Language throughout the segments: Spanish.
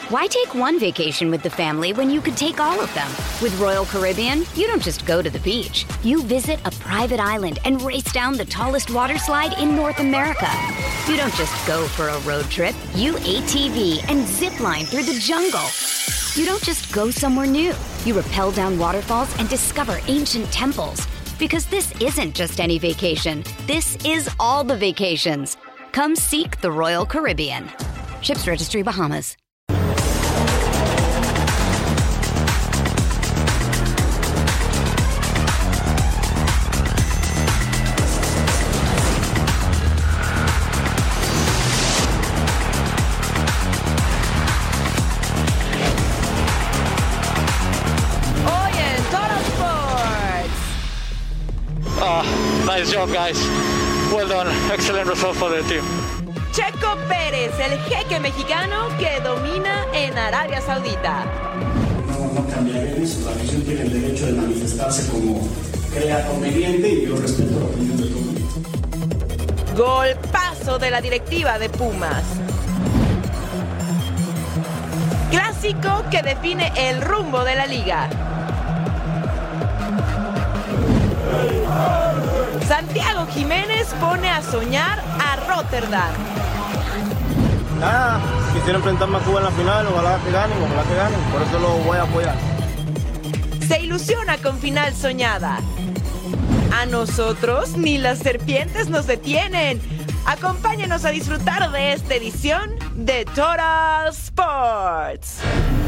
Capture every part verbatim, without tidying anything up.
Why take one vacation with the family when you could take all of them? With Royal Caribbean, you don't just go to the beach. You visit a private island and race down the tallest water slide in North America. You don't just go for a road trip. You A T V and zip line through the jungle. You don't just go somewhere new. You rappel down waterfalls and discover ancient temples. Because this isn't just any vacation. This is all the vacations. Come seek the Royal Caribbean. Ships Registry, Bahamas. Nice job, guys. Well done. Excellent result for the team. Checo Pérez, el jeque mexicano que domina en Arabia Saudita. No, no cambiaremos. La afición tiene el derecho de manifestarse como crea conveniente y yo respeto la opinión de todos. Golpazo de la directiva de Pumas. Clásico que define el rumbo de la liga. Santiago Jiménez pone a soñar a Rotterdam. Nada, quisiera enfrentarme a Cuba en la final, ojalá que ganen, ojalá que ganen, por eso lo voy a apoyar. Se ilusiona con final soñada. A nosotros ni las serpientes nos detienen. Acompáñenos a disfrutar de esta edición de Total Sports.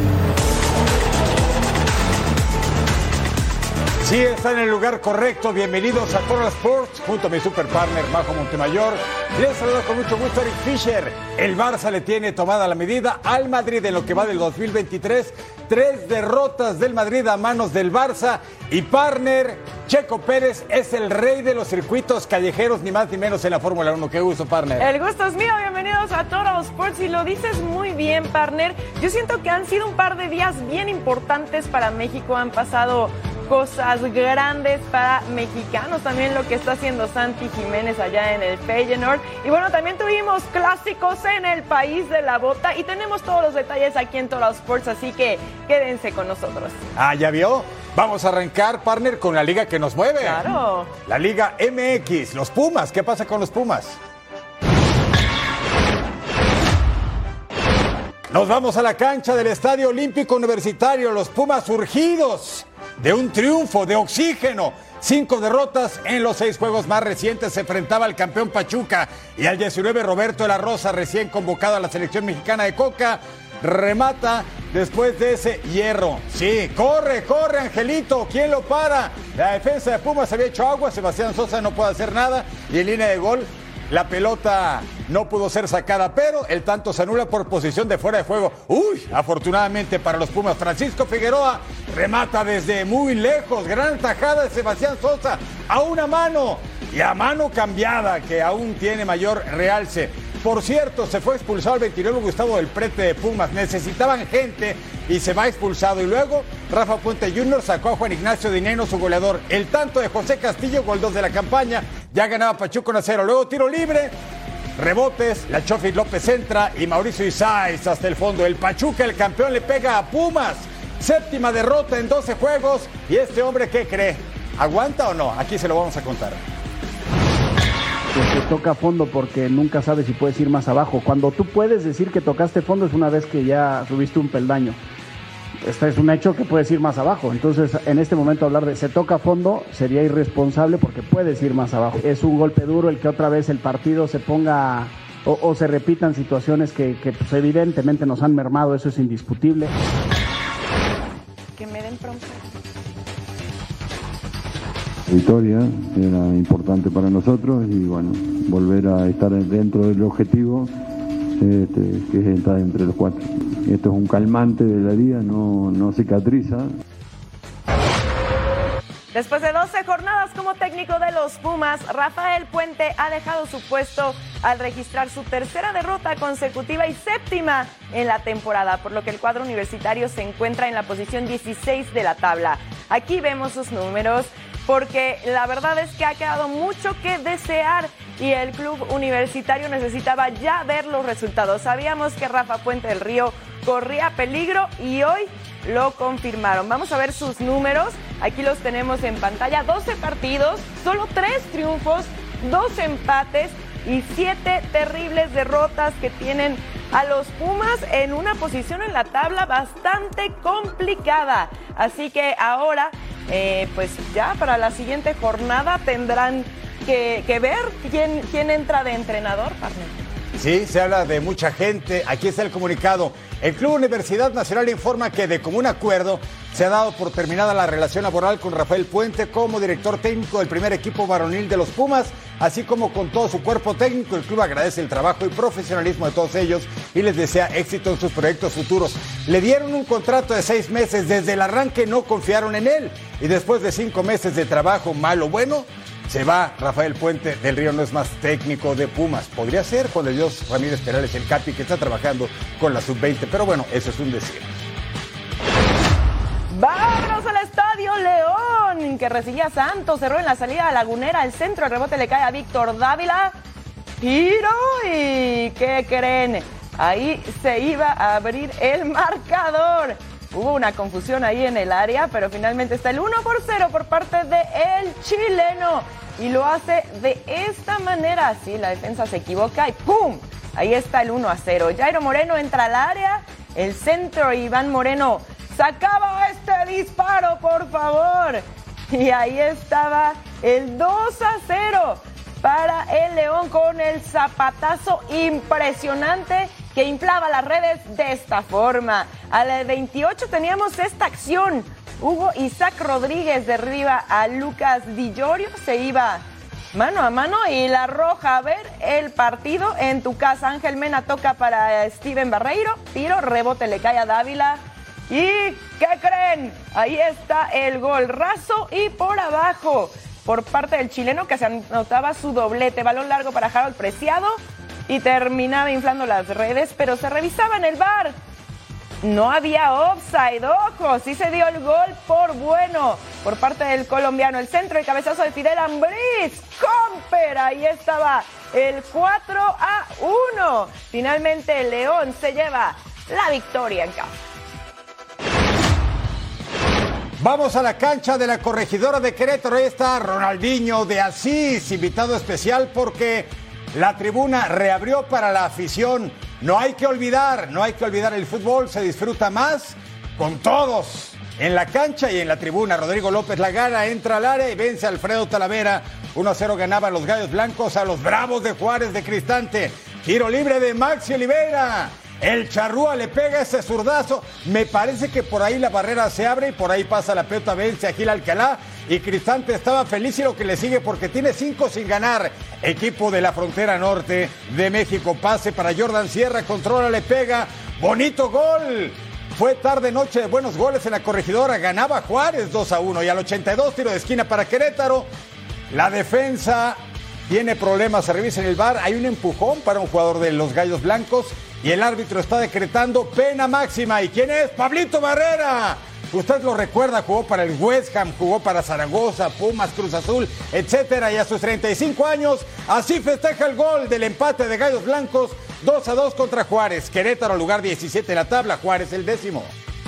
Sí, está en el lugar correcto. Bienvenidos a Total Sports, junto a mi super partner Majo Montemayor. Les saludo con mucho gusto Eric Fisher. El Barça le tiene tomada la medida al Madrid en lo que va del dos mil veintitrés. Tres derrotas del Madrid a manos del Barça. Y partner, Checo Pérez es el rey de los circuitos callejeros, ni más ni menos en la Fórmula uno. Qué gusto, partner. El gusto es mío. Bienvenidos a Total Sports. Y lo dices muy bien, partner. Yo siento que han sido un par de días bien importantes para México. Han pasado cosas grandes para mexicanos, también lo que está haciendo Santi Jiménez allá en el Feyenoord. Y bueno, también tuvimos clásicos en el país de la bota y tenemos todos los detalles aquí en Total Sports, así que quédense con nosotros. Ah, ¿ya vio? Vamos a arrancar, partner, con la liga que nos mueve. Claro. La Liga M X, los Pumas. ¿Qué pasa con los Pumas? Nos vamos a la cancha del Estadio Olímpico Universitario. Los Pumas surgidos de un triunfo, de oxígeno. Cinco derrotas en los seis juegos más recientes. Se enfrentaba al campeón Pachuca y al diecinueve Roberto de la Rosa, recién convocado a la selección mexicana de Coca. Remata después de ese hierro. Sí, corre, corre Angelito. ¿Quién lo para? La defensa de Pumas había hecho agua. Sebastián Sosa no puede hacer nada. Y en línea de gol, la pelota no pudo ser sacada, pero el tanto se anula por posición de fuera de juego. Uy, afortunadamente para los Pumas, Francisco Figueroa remata desde muy lejos. Gran tajada de Sebastián Sosa a una mano y a mano cambiada, que aún tiene mayor realce. Por cierto, se fue expulsado el veintinueve Gustavo del Prete de Pumas. Necesitaban gente y se va expulsado. Y luego Rafa Puente junior sacó a Juan Ignacio Dineno, su goleador. El tanto de José Castillo, gol dos de la campaña. Ya ganaba Pachuca uno a cero. Luego tiro libre, rebotes, la Chofis López entra y Mauricio Isais hasta el fondo. El Pachuca, el campeón, le pega a Pumas. Séptima derrota en doce juegos. ¿Y este hombre qué cree? ¿Aguanta o no? Aquí se lo vamos a contar. Que toca fondo porque nunca sabes si puedes ir más abajo. Cuando tú puedes decir que tocaste fondo es una vez que ya subiste un peldaño. Este es un hecho que puedes ir más abajo. Entonces, en este momento hablar de se toca fondo sería irresponsable porque puedes ir más abajo. Es un golpe duro el que otra vez el partido se ponga o, o se repitan situaciones que, que pues, evidentemente nos han mermado. Eso es indiscutible. Que me den pronto. Victoria era importante para nosotros y bueno, volver a estar dentro del objetivo, este, que es estar entre los cuatro. Esto es un calmante de la liga, no, no cicatriza. Después de doce jornadas como técnico de los Pumas, Rafael Puente ha dejado su puesto al registrar su tercera derrota consecutiva y séptima en la temporada, por lo que el cuadro universitario se encuentra en la posición dieciséis de la tabla. Aquí vemos sus números, porque la verdad es que ha quedado mucho que desear y el club universitario necesitaba ya ver los resultados. Sabíamos que Rafa Puente del Río corría peligro y hoy lo confirmaron. Vamos a ver sus números. Aquí los tenemos en pantalla. doce partidos, solo tres triunfos, dos empates y siete terribles derrotas que tienen a los Pumas en una posición en la tabla bastante complicada. Así que ahora, eh, pues ya para la siguiente jornada tendrán que, que ver quién, quién entra de entrenador, partner. Sí, se habla de mucha gente. Aquí está el comunicado. El Club Universidad Nacional informa que de común acuerdo se ha dado por terminada la relación laboral con Rafael Puente como director técnico del primer equipo varonil de los Pumas, así como con todo su cuerpo técnico. El club agradece el trabajo y profesionalismo de todos ellos y les desea éxito en sus proyectos futuros. Le dieron un contrato de seis meses. Desde el arranque no confiaron en él y después de cinco meses de trabajo, malo o bueno, se va Rafael Puente del Río, no es más técnico de Pumas. Podría ser Juan de Dios Ramírez Perales, el Capi, que está trabajando con la sub veinte, pero bueno, eso es un decir. ¡Vámonos al Estadio León! Que recibía a Santos, cerró en la salida lagunera, el centro, el rebote le cae a Víctor Dávila. Tiro y ¿qué creen? Ahí se iba a abrir el marcador. Hubo una confusión ahí en el área, pero finalmente está el uno por cero por parte del chileno. Y lo hace de esta manera. Sí, la defensa se equivoca y ¡pum! Ahí está el uno a cero. Jairo Moreno entra al área. El centro, Iván Moreno sacaba este disparo, por favor. Y ahí estaba el dos a cero para el León con el zapatazo impresionante que inflaba las redes de esta forma. Al veintiocho teníamos esta acción. Hugo Isaac Rodríguez derriba a Lucas Di Llorio. Se iba mano a mano y la roja. A ver el partido en tu casa. Ángel Mena toca para Steven Barreiro. Tiro, rebote le cae a Dávila. ¿Y qué creen? Ahí está el gol raso y por abajo por parte del chileno, que se anotaba su doblete. Balón largo para Harold Preciado y terminaba inflando las redes, pero se revisaba en el V A R. No había offside, ojo, sí se dio el gol por bueno por parte del colombiano. El centro, el cabezazo de Fidel Ambriz, Comper, ahí estaba el cuatro a uno. Finalmente el León se lleva la victoria en casa. Vamos a la cancha de la Corregidora de Querétaro. Ahí está Ronaldinho de Asís, invitado especial porque la tribuna reabrió para la afición. No hay que olvidar, no hay que olvidar el fútbol, se disfruta más con todos en la cancha y en la tribuna. Rodrigo López la gana, entra al área y vence a Alfredo Talavera. uno a cero ganaban los Gallos Blancos a los Bravos de Juárez de Cristante. Tiro libre de Maxi Oliveira. El Charrúa le pega ese zurdazo. Me parece que por ahí la barrera se abre y por ahí pasa la pelota, vence a Gil Alcalá. Y Cristante estaba feliz y lo que le sigue porque tiene cinco sin ganar. Equipo de la frontera norte de México. Pase para Jordan Sierra, controla, le pega. Bonito gol. Fue tarde noche de buenos goles en la Corregidora. Ganaba Juárez dos a uno. Y al ochenta y dos, tiro de esquina para Querétaro. La defensa tiene problemas. Se revisa en el V A R. Hay un empujón para un jugador de los Gallos Blancos. Y el árbitro está decretando pena máxima. ¿Y quién es? Pablito Barrera. Usted lo recuerda, jugó para el West Ham, jugó para Zaragoza, Pumas, Cruz Azul, etcétera. Y a sus treinta y cinco años, así festeja el gol del empate de Gallos Blancos, dos a dos contra Juárez. Querétaro, lugar diecisiete en la tabla, Juárez el décimo.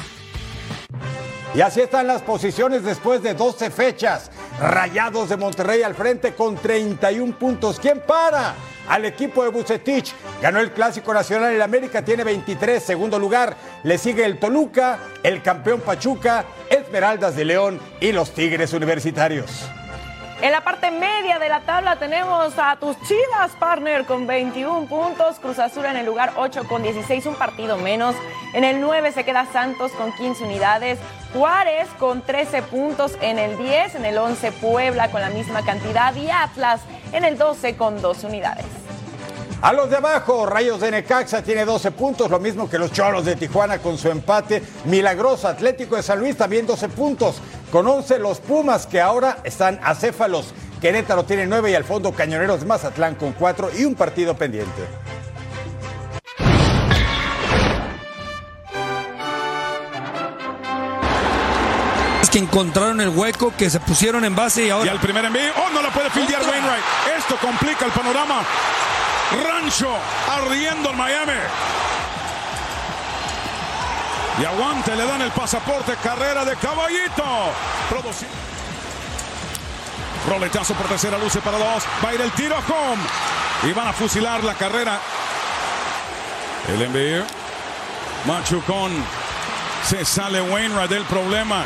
Y así están las posiciones después de doce fechas. Rayados de Monterrey al frente con treinta y un puntos. ¿Quién para? Al equipo de Vucetich. Ganó el Clásico Nacional, el América tiene veintitrés, segundo lugar. Le sigue el Toluca, el campeón Pachuca, Esmeraldas de León y los Tigres Universitarios. En la parte media de la tabla tenemos a tus Chivas, partner, con veintiún puntos. Cruz Azul en el lugar ocho con dieciséis, un partido menos. En el nueve se queda Santos con quince unidades. Juárez con trece puntos en el diez. En el once Puebla con la misma cantidad. Y Atlas en el doce con doce unidades. A los de abajo, Rayos de Necaxa tiene doce puntos, lo mismo que los Cholos de Tijuana con su empate. Milagroso, Atlético de San Luis también doce puntos. Con once los Pumas, que ahora están acéfalos. Querétaro tiene nueve y al fondo Cañoneros de Mazatlán con cuatro y un partido pendiente. Que encontraron el hueco, que se pusieron en base y ahora... Y al primer envío, ¡oh, no la puede fildear Wainwright! Esto complica el panorama. Rancho ardiendo en Miami. Y aguante, le dan el pasaporte, carrera de Caballito. Producido. Roletazo por tercera, luce para dos. Va a ir el tiro a home. Y van a fusilar la carrera. El envío. Machucón. Se sale Wainwright del problema.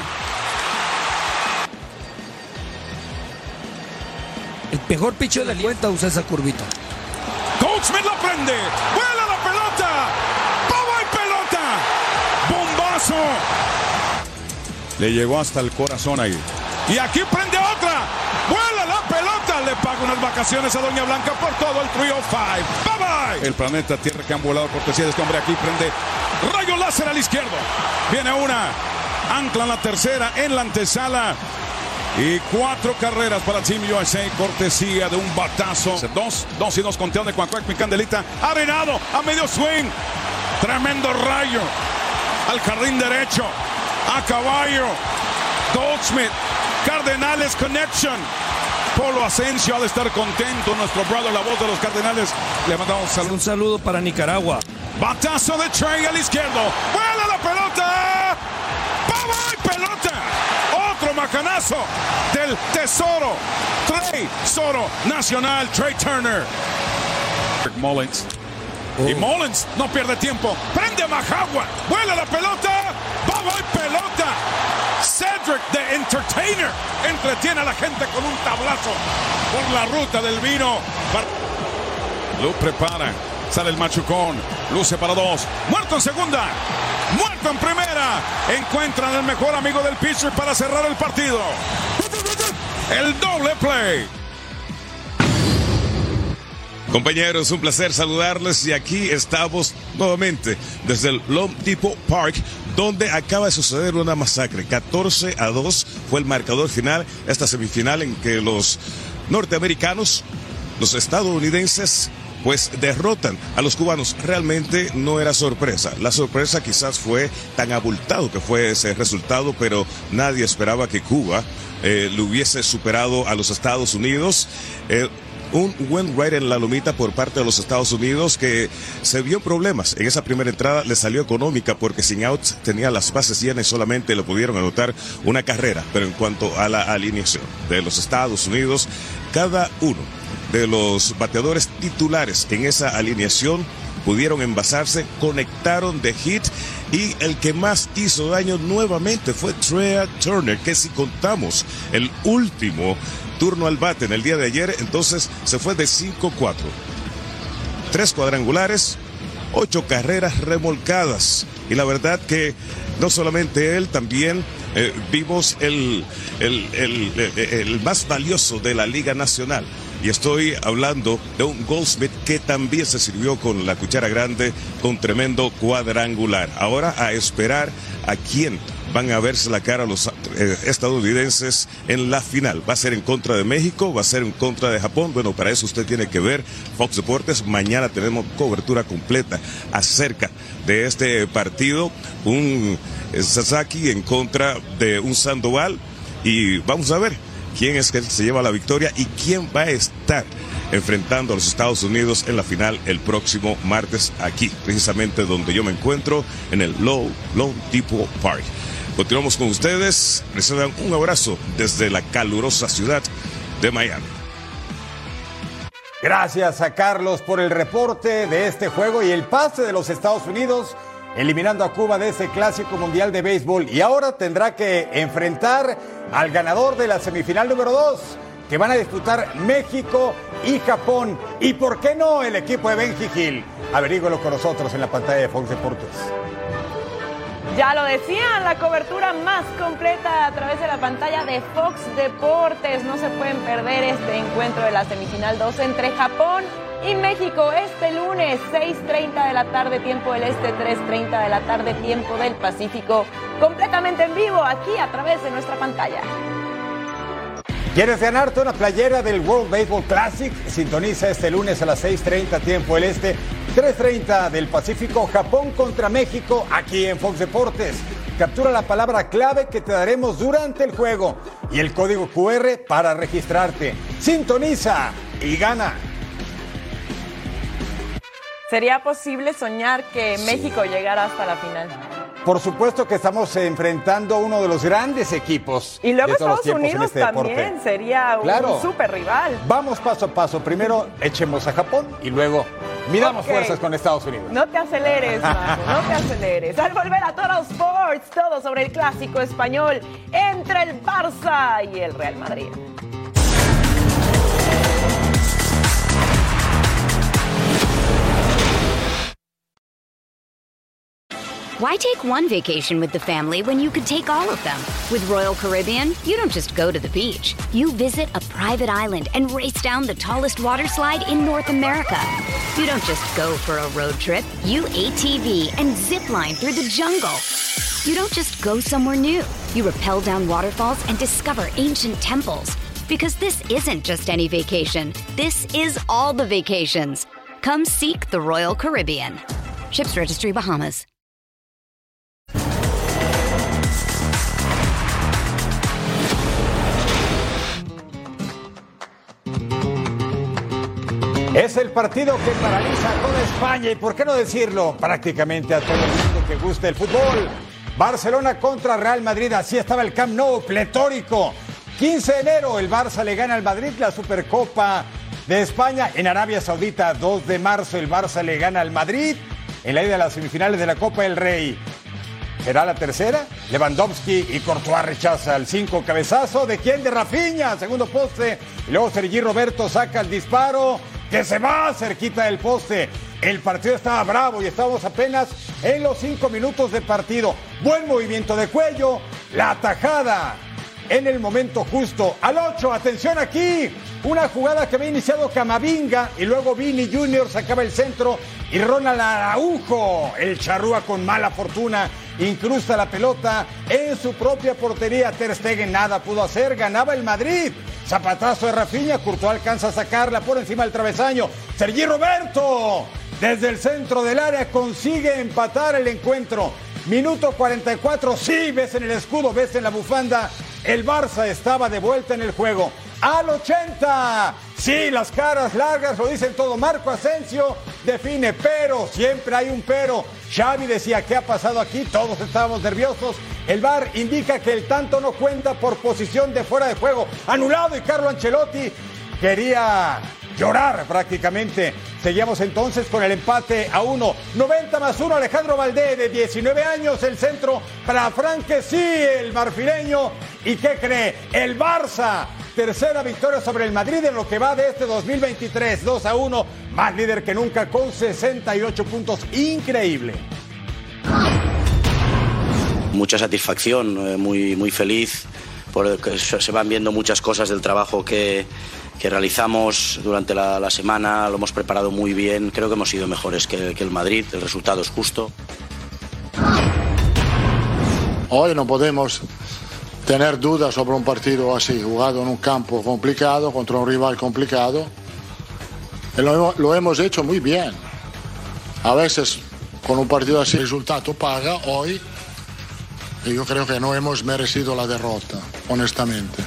El mejor pitcher de la cuenta usa esa curvita. Goldschmidt la prende. ¡Vuela la pelota! ¡Pava y pelota! ¡Bombazo! Le llegó hasta el corazón ahí. Y aquí prende otra. ¡Vuela la pelota! Le paga unas vacaciones a Doña Blanca por todo el three oh five. ¡Bye bye! El planeta Tierra que han volado cortesía de este hombre aquí prende rayo láser al izquierdo. Viene una. Ancla en la tercera en la antesala. Y cuatro carreras para Team U S A, cortesía de un batazo. Dos, dos y dos conteo de Cuacuac, mi Candelita. Arenado a medio swing. Tremendo rayo. Al jardín derecho. A caballo. Goldschmidt. Cardenales Connection. Polo Asensio ha de estar contento. Nuestro brother, la voz de los Cardenales. Le mandamos un saludo. Un saludo para Nicaragua. Batazo de Trey al izquierdo. ¡Vuela la pelota! ¡Pava y pelota! Otro macanazo del tesoro. Trey Soro Nacional. Trey Turner. Mullins. Oh. Y Mullins no pierde tiempo. Prende Majagua. Vuela la pelota. ¡Pava y pelota! Cedric the Entertainer entretiene a la gente con un tablazo por la ruta del vino. Lo prepara. Sale el machucón. Luce para dos. Muerto en segunda. Muerto en primera. Encuentran el mejor amigo del pitcher para cerrar el partido. El doble play. Compañeros, un placer saludarles y aquí estamos nuevamente desde el Loan Depot Park, donde acaba de suceder una masacre. catorce a dos fue el marcador final, esta semifinal en que los norteamericanos, los estadounidenses, pues derrotan a los cubanos. Realmente no era sorpresa. La sorpresa quizás fue tan abultado que fue ese resultado, pero nadie esperaba que Cuba eh, lo hubiese superado a los Estados Unidos. Eh, Un buen ride en la lomita por parte de los Estados Unidos que se vio problemas. En esa primera entrada le salió económica porque sin outs tenía las bases llenas y solamente le pudieron anotar una carrera. Pero en cuanto a la alineación de los Estados Unidos, cada uno de los bateadores titulares en esa alineación pudieron envasarse, conectaron de hit y el que más hizo daño nuevamente fue Trey Turner, que si contamos el último turno al bate en el día de ayer, entonces se fue de cinco cuatro. Tres cuadrangulares, ocho carreras remolcadas. Y la verdad que no solamente él, también eh, vimos el, el, el, el, el más valioso de la Liga Nacional. Y estoy hablando de un Goldschmidt que también se sirvió con la cuchara grande, con tremendo cuadrangular. Ahora a esperar a quién van a verse la cara a los eh, estadounidenses en la final. ¿Va a ser en contra de México? ¿Va a ser en contra de Japón? Bueno, para eso usted tiene que ver Fox Deportes. Mañana tenemos cobertura completa acerca de este partido. Un eh, Sasaki en contra de un Sandoval. Y vamos a ver quién es que se lleva la victoria y quién va a estar enfrentando a los Estados Unidos en la final el próximo martes aquí, precisamente donde yo me encuentro, en el Loan Depot Park. Continuamos con ustedes. Reciban un abrazo desde la calurosa ciudad de Miami. Gracias a Carlos por el reporte de este juego y el pase de los Estados Unidos, eliminando a Cuba de ese clásico mundial de béisbol. Y ahora tendrá que enfrentar al ganador de la semifinal número dos, que van a disputar México y Japón. ¿Y por qué no el equipo de Benji Gil? Averígüelo con nosotros en la pantalla de Fox Deportes. Ya lo decían, la cobertura más completa a través de la pantalla de Fox Deportes. No se pueden perder este encuentro de la semifinal dos entre Japón y México este lunes, seis treinta de la tarde, tiempo del este, tres treinta de la tarde, tiempo del Pacífico. Completamente en vivo aquí a través de nuestra pantalla. ¿Quieres ganarte una playera del World Baseball Classic? Sintoniza este lunes a las seis treinta, tiempo del este, tres treinta del Pacífico, Japón contra México, aquí en Fox Deportes. Captura la palabra clave que te daremos durante el juego y el código cu erre para registrarte. Sintoniza y gana. ¿Sería posible soñar que México sí. llegara hasta la final? Por supuesto que estamos enfrentando a uno de los grandes equipos. Y luego de todos Estados los Unidos este también deporte. sería un Claro. súper rival. Vamos paso a paso. Primero echemos a Japón y luego midamos Okay. fuerzas con Estados Unidos. No te aceleres, Manu, no te aceleres. Al volver a Total Sports, todo sobre el clásico español entre el Barça y el Real Madrid. Why take one vacation with the family when you could take all of them? With Royal Caribbean, you don't just go to the beach. You visit a private island and race down the tallest water slide in North America. You don't just go for a road trip. You A T V and zip line through the jungle. You don't just go somewhere new. You rappel down waterfalls and discover ancient temples. Because this isn't just any vacation. This is all the vacations. Come seek the Royal Caribbean. Ships Registry, Bahamas. Es el partido que paraliza a toda España y, por qué no decirlo, prácticamente a todo el mundo que guste el fútbol. Barcelona contra Real Madrid, así estaba el Camp Nou, pletórico. quince de enero, el Barça le gana al Madrid la Supercopa de España. En Arabia Saudita, dos de marzo, el Barça le gana al Madrid en la ida a las semifinales de la Copa del Rey. ¿Será la tercera? Lewandowski y Courtois rechaza el cinco, cabezazo. ¿De quién? De Rafinha, segundo poste. Y luego Sergi Roberto saca el disparo que se va cerquita del poste. El partido estaba bravo y estábamos apenas en los cinco minutos de partido. Buen movimiento de cuello, la atajada en el momento justo. Al ocho, atención aquí, una jugada que había iniciado Camavinga y luego Vini Junior sacaba el centro y Ronald Araujo, el charrúa con mala fortuna, incrusta la pelota en su propia portería. Ter Stegen nada pudo hacer, ganaba el Madrid. Zapatazo de Rafinha, Courtois alcanza a sacarla por encima del travesaño. Sergi Roberto, desde el centro del área, consigue empatar el encuentro. Minuto cuarenta y cuatro, sí, ves en el escudo, ves en la bufanda, el Barça estaba de vuelta en el juego. Al ochenta, sí, las caras largas lo dicen todo. Marco Asensio define, pero, siempre hay un pero. Xavi decía, ¿qué ha pasado aquí? Todos estábamos nerviosos. El V A R indica que el tanto no cuenta por posición de fuera de juego. Anulado, y Carlo Ancelotti quería llorar prácticamente. Seguíamos entonces con el empate a uno. noventa más uno, Alejandro Valdé, de diecinueve años, el centro para Frank Kessie, el marfileño. ¿Y qué cree? El Barça, tercera victoria sobre el Madrid en lo que va de este dos mil veintitrés, dos a uno, más líder que nunca con sesenta y ocho puntos, increíble. Mucha satisfacción, eh, muy, muy feliz, porque se van viendo muchas cosas del trabajo que, que realizamos durante la, la semana, lo hemos preparado muy bien, creo que hemos sido mejores que, que el Madrid, el resultado es justo. Hoy no podemos tener dudas sobre un partido así, jugado en un campo complicado, contra un rival complicado. Y lo, lo hemos hecho muy bien. A veces con un partido así el resultado paga, hoy y yo creo que no hemos merecido la derrota, honestamente.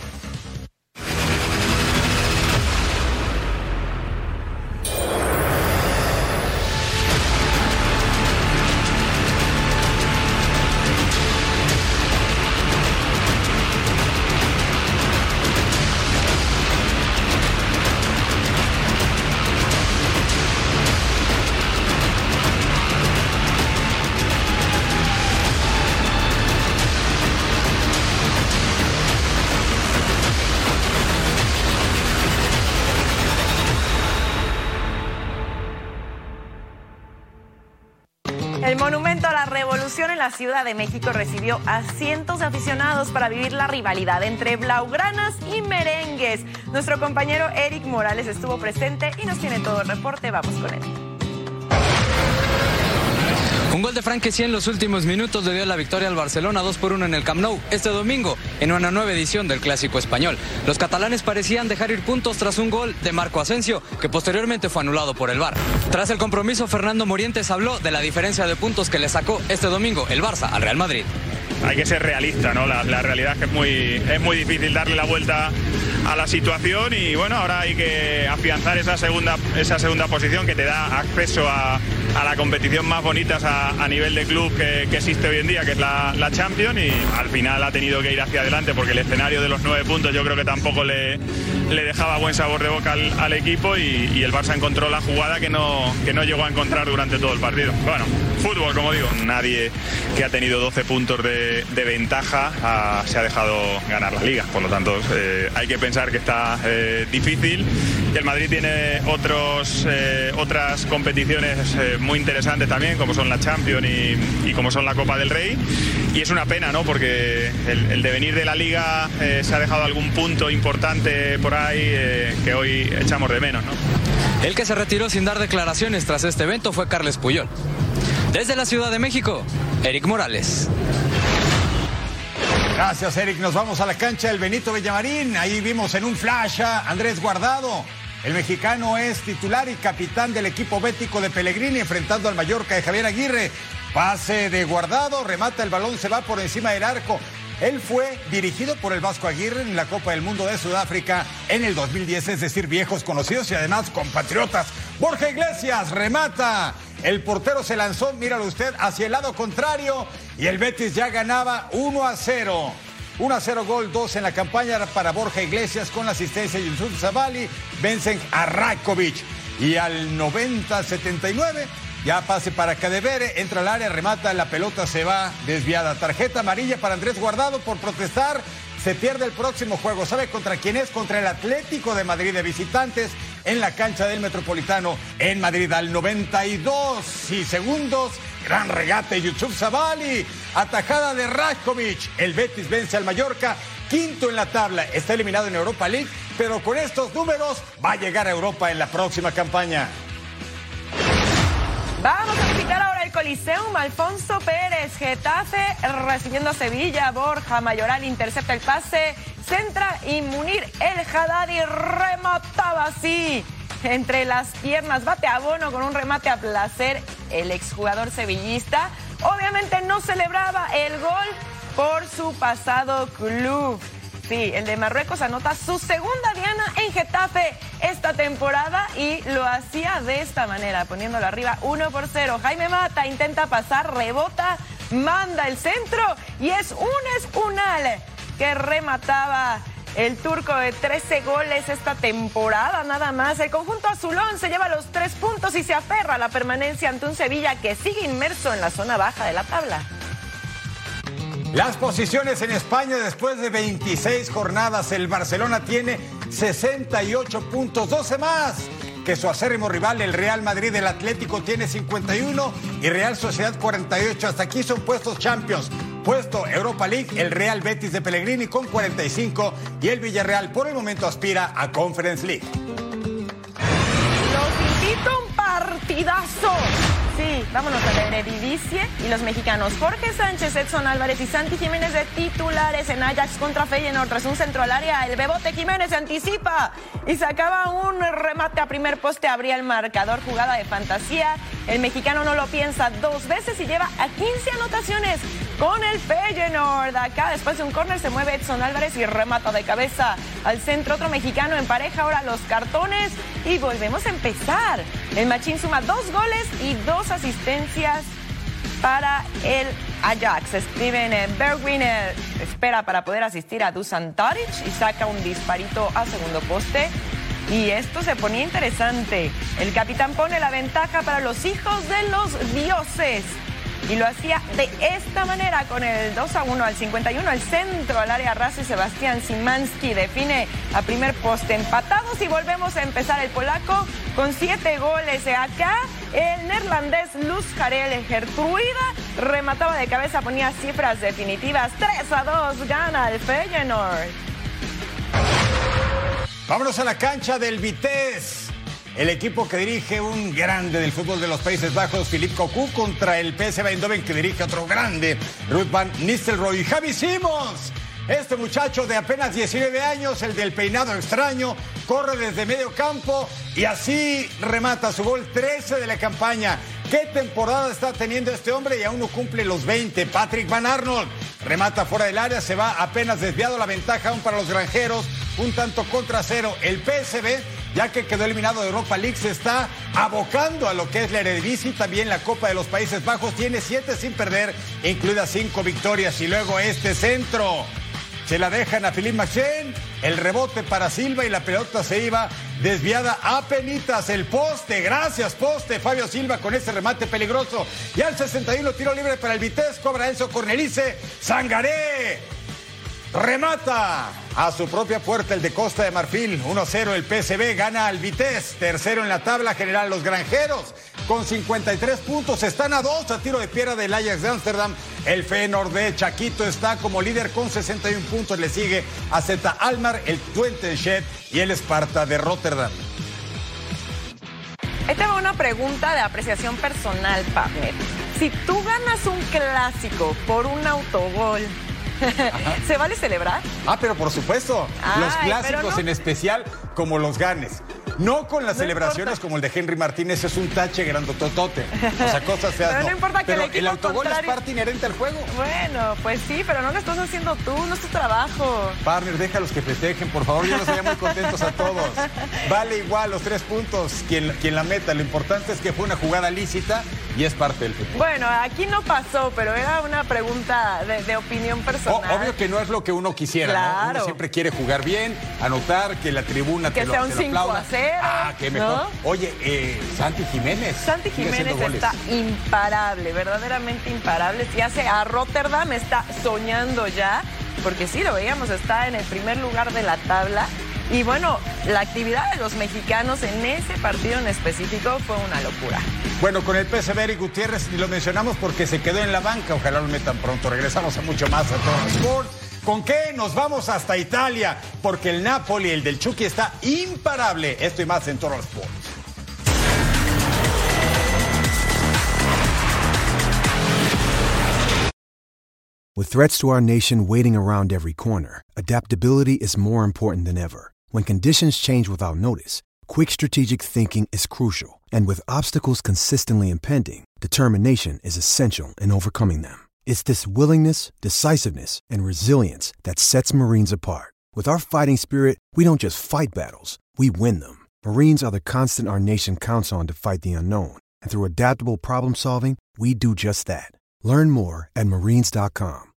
El Monumento a la Revolución en la Ciudad de México recibió a cientos de aficionados para vivir la rivalidad entre blaugranas y merengues. Nuestro compañero Eric Morales estuvo presente y nos tiene todo el reporte. Vamos con él. Un gol de Frank Kessie en los últimos minutos le dio la victoria al Barcelona dos por uno en el Camp Nou este domingo en una nueva edición del Clásico Español. Los catalanes parecían dejar ir puntos tras un gol de Marco Asensio, que posteriormente fue anulado por el V A R. Tras el compromiso, Fernando Morientes habló de la diferencia de puntos que le sacó este domingo el Barça al Real Madrid. Hay que ser realista, ¿no? La, la realidad es que es muy, es muy difícil darle la vuelta a la situación y bueno, ahora hay que afianzar esa segunda, esa segunda posición que te da acceso a, a la competición más bonita a, a nivel de club que, que existe hoy en día, que es la, la Champions, y al final ha tenido que ir hacia adelante porque el escenario de los nueve puntos yo creo que tampoco le, le dejaba buen sabor de boca al, al equipo, y, y el Barça encontró la jugada que no, que no llegó a encontrar durante todo el partido. Bueno, fútbol, como digo, nadie que ha tenido doce puntos de, de ventaja ha, se ha dejado ganar la Liga, por lo tanto eh, hay que pensar que está eh, difícil, que el Madrid tiene otros, eh, otras competiciones eh, muy interesantes también, como son la Champions y, y como son la Copa del Rey, y es una pena, ¿no? Porque el, el devenir de la Liga eh, se ha dejado algún punto importante por ahí eh, que hoy echamos de menos, ¿no? El que se retiró sin dar declaraciones tras este evento fue Carles Puyol. Desde la Ciudad de México, Eric Morales. Gracias, Eric. Nos vamos a la cancha del Benito Villamarín. Ahí vimos en un flash a Andrés Guardado. El mexicano es titular y capitán del equipo bético de Pellegrini, enfrentando al Mallorca de Javier Aguirre. Pase de Guardado, remata el balón, se va por encima del arco. Él fue dirigido por el Vasco Aguirre en la Copa del Mundo de Sudáfrica en el dos mil diez, es decir, viejos conocidos y además compatriotas. Borja Iglesias remata. El portero se lanzó, míralo usted, hacia el lado contrario y el Betis ya ganaba uno a cero. uno a cero gol, dos en la campaña para Borja Iglesias con la asistencia de Yusuf Zabali. Vencen a Rajkovic y al noventa setenta y nueve ya pase para Cadevere, entra al área, remata, la pelota se va desviada. Tarjeta amarilla para Andrés Guardado por protestar. Se pierde el próximo juego. ¿Sabe contra quién es? Contra el Atlético de Madrid de visitantes en la cancha del Metropolitano en Madrid. Al noventa y dos y segundos, gran regate Yusuf Zabali, atajada de Rajkovic. El Betis vence al Mallorca, quinto en la tabla. Está eliminado en Europa League, pero con estos números va a llegar a Europa en la próxima campaña. Vamos a visitar ahora el Coliseum. Alfonso Pérez, Getafe recibiendo a Sevilla. Borja Mayoral intercepta el pase, centra y Munir El Haddadi remataba así entre las piernas. Bate a Bono con un remate a placer. El exjugador sevillista obviamente no celebraba el gol por su pasado club. Sí, el de Marruecos anota su segunda diana en Getafe esta temporada y lo hacía de esta manera, poniéndolo arriba uno por cero. Jaime Mata intenta pasar, rebota, manda el centro y es un Espunal que remataba el turco de trece goles esta temporada nada más. El conjunto azulón se lleva los tres puntos y se aferra a la permanencia ante un Sevilla que sigue inmerso en la zona baja de la tabla. Las posiciones en España después de veintiséis jornadas, el Barcelona tiene sesenta y ocho puntos, doce más que su acérrimo rival, el Real Madrid. El Atlético tiene cincuenta y uno y Real Sociedad cuarenta y ocho. Hasta aquí son puestos Champions. Puesto Europa League, el Real Betis de Pellegrini con cuarenta y cinco y el Villarreal por el momento aspira a Conference League. Los invito a un partidazo. Sí, vámonos a la Eredivisie y los mexicanos Jorge Sánchez, Edson Álvarez y Santi Jiménez de titulares en Ajax contra Feyenoord. Tras un centro al área, el Bebote Jiménez se anticipa y sacaba un remate a primer poste, abría el marcador, jugada de fantasía. El mexicano no lo piensa dos veces y lleva a quince anotaciones con el Feyenoord. Acá después de un córner se mueve Edson Álvarez y remata de cabeza al centro. Otro mexicano empareja ahora los cartones y volvemos a empezar. El Machín suma dos goles y dos asistencias para el Ajax. Steven Bergwijn espera para poder asistir a Dusan Tadic y saca un disparito a segundo poste. Y esto se ponía interesante. El capitán pone la ventaja para los hijos de los dioses. Y lo hacía de esta manera con el dos a uno al cincuenta y uno. Al centro, al área ras y Sebastián Szymanski define a primer poste. Empatados y volvemos a empezar. El polaco con siete goles. Acá el neerlandés Luz Jarel Gertruida remataba de cabeza, ponía cifras definitivas. tres a dos gana el Feyenoord. Vámonos a la cancha del Vitesse. El equipo que dirige un grande del fútbol de los Países Bajos, Philippe Cocu, contra el P S V Eindhoven que dirige otro grande, Ruud van Nistelrooy. Javi Simons, este muchacho de apenas diecinueve años, el del peinado extraño, corre desde medio campo y así remata su gol trece de la campaña. ¿Qué temporada está teniendo este hombre? Y aún no cumple los veinte. Patrick Van Arnold remata fuera del área, se va apenas desviado, la ventaja aún para los granjeros, un tanto contra cero. El P S V ya que quedó eliminado de Europa League, se está abocando a lo que es la Eredivisie y también la Copa de los Países Bajos. Tiene siete sin perder, incluidas cinco victorias. Y luego este centro, se la dejan a Philippe Maxen, el rebote para Silva y la pelota se iba desviada a penitas. El poste, gracias poste, Fabio Silva con ese remate peligroso. Y al sesenta y uno, tiro libre para el Vitesse, cobra Enzo Cornelice, Sangaré remata a su propia puerta el de Costa de Marfil. uno a cero el P S V, gana al Vitesse, tercero en la tabla general. Los granjeros con cincuenta y tres puntos están a dos a tiro de piedra del Ajax de Ámsterdam. El Feyenoord de Chaquito está como líder con sesenta y uno puntos, le sigue a Z Almar, el Twente Shed y el Sparta de Rotterdam. Esta va una pregunta de apreciación personal, partner. Si tú ganas un clásico por un autogol, ¿se vale celebrar? Ah, pero por supuesto. Ay, los clásicos no... en especial, como los ganes. No con las no celebraciones importa. como el de Henry Martínez, es un tache grandototote. O sea, cosas feas. Pero no, no importa que pero el equipo el autogol contrario... es parte inherente al juego. Bueno, pues sí, pero no lo estás haciendo tú, no es tu trabajo. Partner, déjalos que festejen, por favor, yo los veía muy contentos a todos. Vale igual los tres puntos quien, quien la meta. Lo importante es que fue una jugada lícita y es parte del fútbol. Bueno, aquí no pasó, pero era una pregunta de, de opinión personal. O, obvio que no es lo que uno quisiera, claro. ¿no? Uno siempre quiere jugar bien, anotar, que la tribuna que te lo, sea un te lo cinco aplauda. a cero. Ah, qué mejor. ¿No? Oye, eh, Santi Jiménez. Santi Jiménez está imparable, verdaderamente imparable. Si hace a Rotterdam, está soñando ya, porque sí, lo veíamos, está en el primer lugar de la tabla. Y bueno, la actividad de los mexicanos en ese partido en específico fue una locura. Bueno, con el P S V, Eric Gutiérrez, ni lo mencionamos porque se quedó en la banca. Ojalá lo metan pronto. Regresamos a mucho más a Total Sport. ¿Con qué? Nos vamos hasta Italia, porque el Napoli, el del Chucky, está imparable. Esto y más en Total Sport. With threats to our nation waiting around every corner, adaptability is more important than ever. When conditions change without notice, quick strategic thinking is crucial. And with obstacles consistently impending, determination is essential in overcoming them. It's this willingness, decisiveness, and resilience that sets Marines apart. With our fighting spirit, we don't just fight battles, we win them. Marines are the constant our nation counts on to fight the unknown. And through adaptable problem solving, we do just that. Learn more at marines dot com.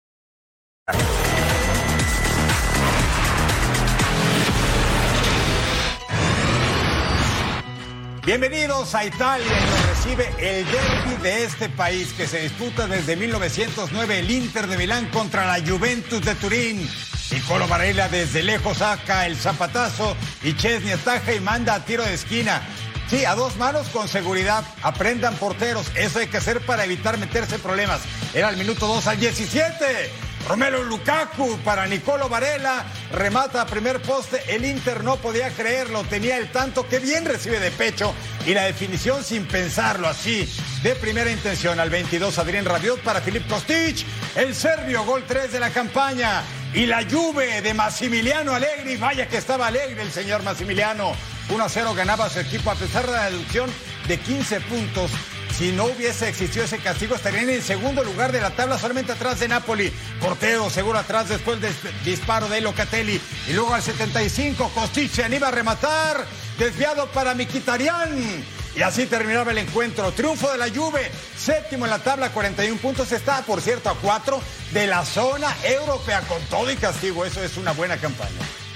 Bienvenidos a Italia, y nos recibe el derbi de este país que se disputa desde mil novecientos nueve, el Inter de Milán contra la Juventus de Turín. Nicolo Barella desde lejos saca el zapatazo y Chesney ataja y manda a tiro de esquina. Sí, a dos manos con seguridad. Aprendan porteros, eso hay que hacer para evitar meterse en problemas. Era el minuto dos al diecisiete. Romelu Lukaku para Nicolo Barella, remata a primer poste, el Inter no podía creerlo, tenía el tanto, que bien recibe de pecho y la definición sin pensarlo, así de primera intención. Al veintidós, Adrien Rabiot para Filip Kostic, el serbio, gol tres de la campaña. Y la Juve de Massimiliano Allegri, vaya que estaba alegre el señor Massimiliano. uno a cero ganaba su equipo a pesar de la deducción de quince puntos. Si no hubiese existido ese castigo, estarían en segundo lugar de la tabla, solamente atrás de Napoli. Portero seguro atrás después del disparo de Locatelli. Y luego al setenta y cinco, Kostic se anima a rematar, desviado para Mkhitaryan. Y así terminaba el encuentro. Triunfo de la Juve, séptimo en la tabla, cuarenta y uno puntos. Está, por cierto, a cuatro de la zona europea, con todo y castigo. Eso es una buena campaña.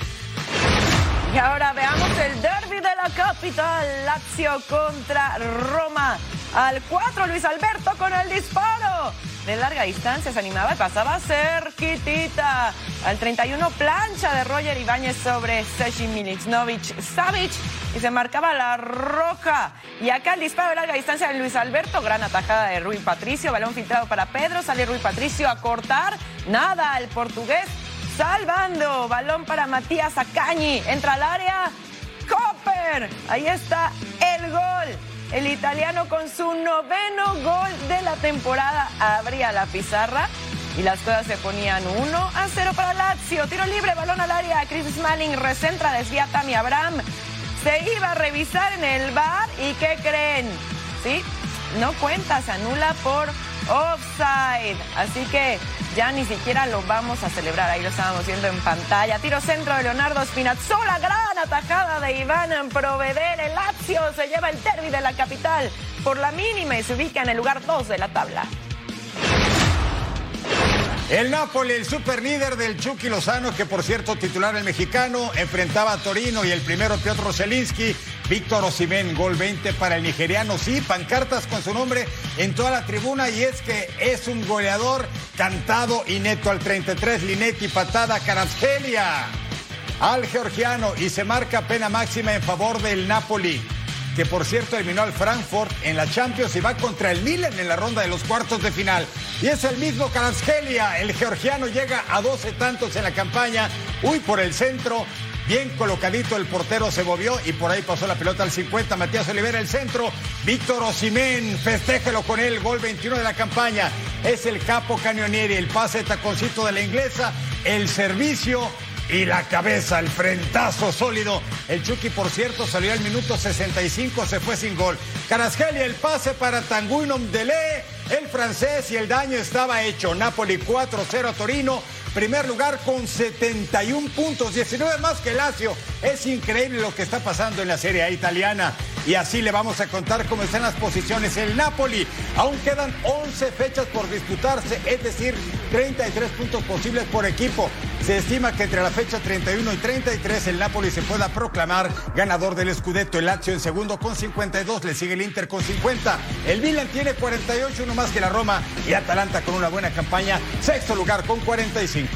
Y ahora veamos el derbi de la capital, Lazio contra Roma. Al cuatro, Luis Alberto con el disparo. De larga distancia se animaba y pasaba cerquitita. Al treinta y uno, plancha de Roger Ibáñez sobre Seji Milićnović Savic y se marcaba la roja. Y acá el disparo de larga distancia de Luis Alberto, gran atajada de Rui Patricio, balón filtrado para Pedro, sale Rui Patricio a cortar, nada, el portugués salvando, balón para Matías Acañi, entra al área, Cooper, ahí está el gol. El italiano con su noveno gol de la temporada abría la pizarra y las cosas se ponían uno a cero para Lazio. Tiro libre, balón al área, Chris Smalling recentra, desvía Tammy Abraham. Se iba a revisar en el V A R y ¿qué creen? Sí, no cuenta, se anula por offside. Así que ya ni siquiera lo vamos a celebrar. Ahí lo estábamos viendo en pantalla. Tiro centro de Leonardo Spinazzola. Gran atajada de Iván Provedere. El Lazio se lleva el derbi de la capital por la mínima y se ubica en el lugar dos de la tabla. El Napoli, el superlíder del Chucky Lozano, que por cierto titular el mexicano, enfrentaba a Torino y el primero Piotr Zelinski. Víctor Osimhen, gol veinte para el nigeriano. Sí, pancartas con su nombre en toda la tribuna y es que es un goleador cantado y neto. Al treinta y tres, Linetti, patada, Kvaratskhelia al georgiano y se marca pena máxima en favor del Napoli, que por cierto eliminó al Frankfurt en la Champions y va contra el Milan en la ronda de los cuartos de final. Y es el mismo Kvaratskhelia, el georgiano, llega a doce tantos en la campaña. Uy, por el centro, bien colocadito, el portero se movió y por ahí pasó la pelota al cincuenta. Matías Olivera, el centro. Víctor Osimhen, festéjelo con él, gol veintiuno de la campaña. Es el capo Cañonieri, el pase de taconcito de la inglesa, el servicio y la cabeza, el frentazo sólido. El Chucky, por cierto, salió al minuto sesenta y cinco, se fue sin gol. Kvaratskhelia, el pase para Tanguy Ndombele, el francés, y el daño estaba hecho. Napoli cuatro cero a Torino. Primer lugar con setenta y un puntos, diecinueve más que Lazio. Es increíble lo que está pasando en la Serie A italiana. Y así le vamos a contar cómo están las posiciones. El Napoli, aún quedan once fechas por disputarse, es decir, treinta y tres puntos posibles por equipo. Se estima que entre la fecha treinta y uno y treinta y tres el Napoli se pueda proclamar ganador del Scudetto. El Lazio en segundo con cincuenta y dos, le sigue el Inter con cincuenta. El Milan tiene cuarenta y ocho, uno más que la Roma, y Atalanta con una buena campaña, sexto lugar con cuarenta y cinco.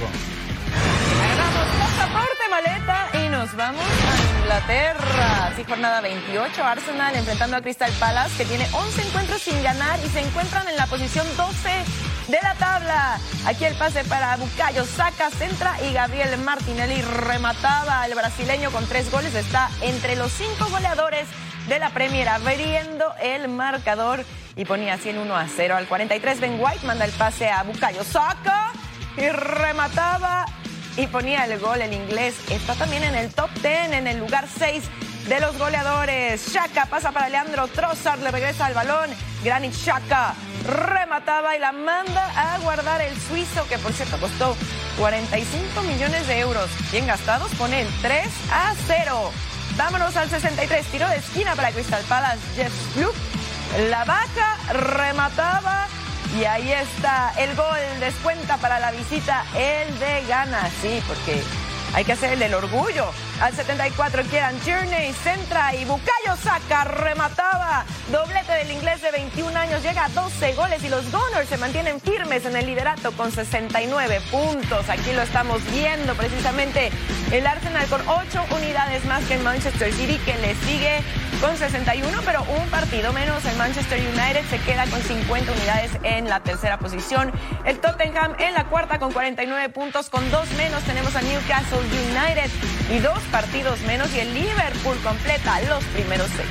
Agarramos pasaporte, maleta y nos vamos a Inglaterra. Sí, jornada veintiocho, Arsenal enfrentando a Crystal Palace, que tiene once encuentros sin ganar y se encuentran en la posición doce de la tabla. Aquí el pase para Bukayo Saka, centra, y Gabriel Martinelli remataba. El brasileño con tres goles está entre los cinco goleadores de la Premier, abriendo el marcador y ponía así en uno a cero. Al cuarenta y tres, Ben White manda el pase a Bukayo Saka y remataba y ponía el gol. El inglés está también en el top diez, en el lugar seis de los goleadores. Xhaka pasa para Leandro Trossard, le regresa al balón. Granit Xhaka remataba y la manda a guardar el suizo, que por cierto costó cuarenta y cinco millones de euros. Bien gastados, pone el tres a cero. Vámonos al sesenta y tres, tiro de esquina para Crystal Palace. Jeff Luke la baja, remataba y ahí está el gol. Descuenta para la visita el de Ghana. Sí, porque hay que hacer el del orgullo. Al setenta y cuatro, Kieran Tierney centra y Bukayo Saka remataba. Doblete del inglés de veintiún años, llega a doce goles y los Gunners se mantienen firmes en el liderato con sesenta y nueve puntos. Aquí lo estamos viendo precisamente. El Arsenal con ocho unidades más que el Manchester City, que le sigue con sesenta y uno, pero un partido menos. El Manchester United se queda con cincuenta unidades en la tercera posición. El Tottenham en la cuarta con cuarenta y nueve puntos. Con dos menos tenemos a Newcastle United y dos partidos menos, y el Liverpool completa los primeros seis.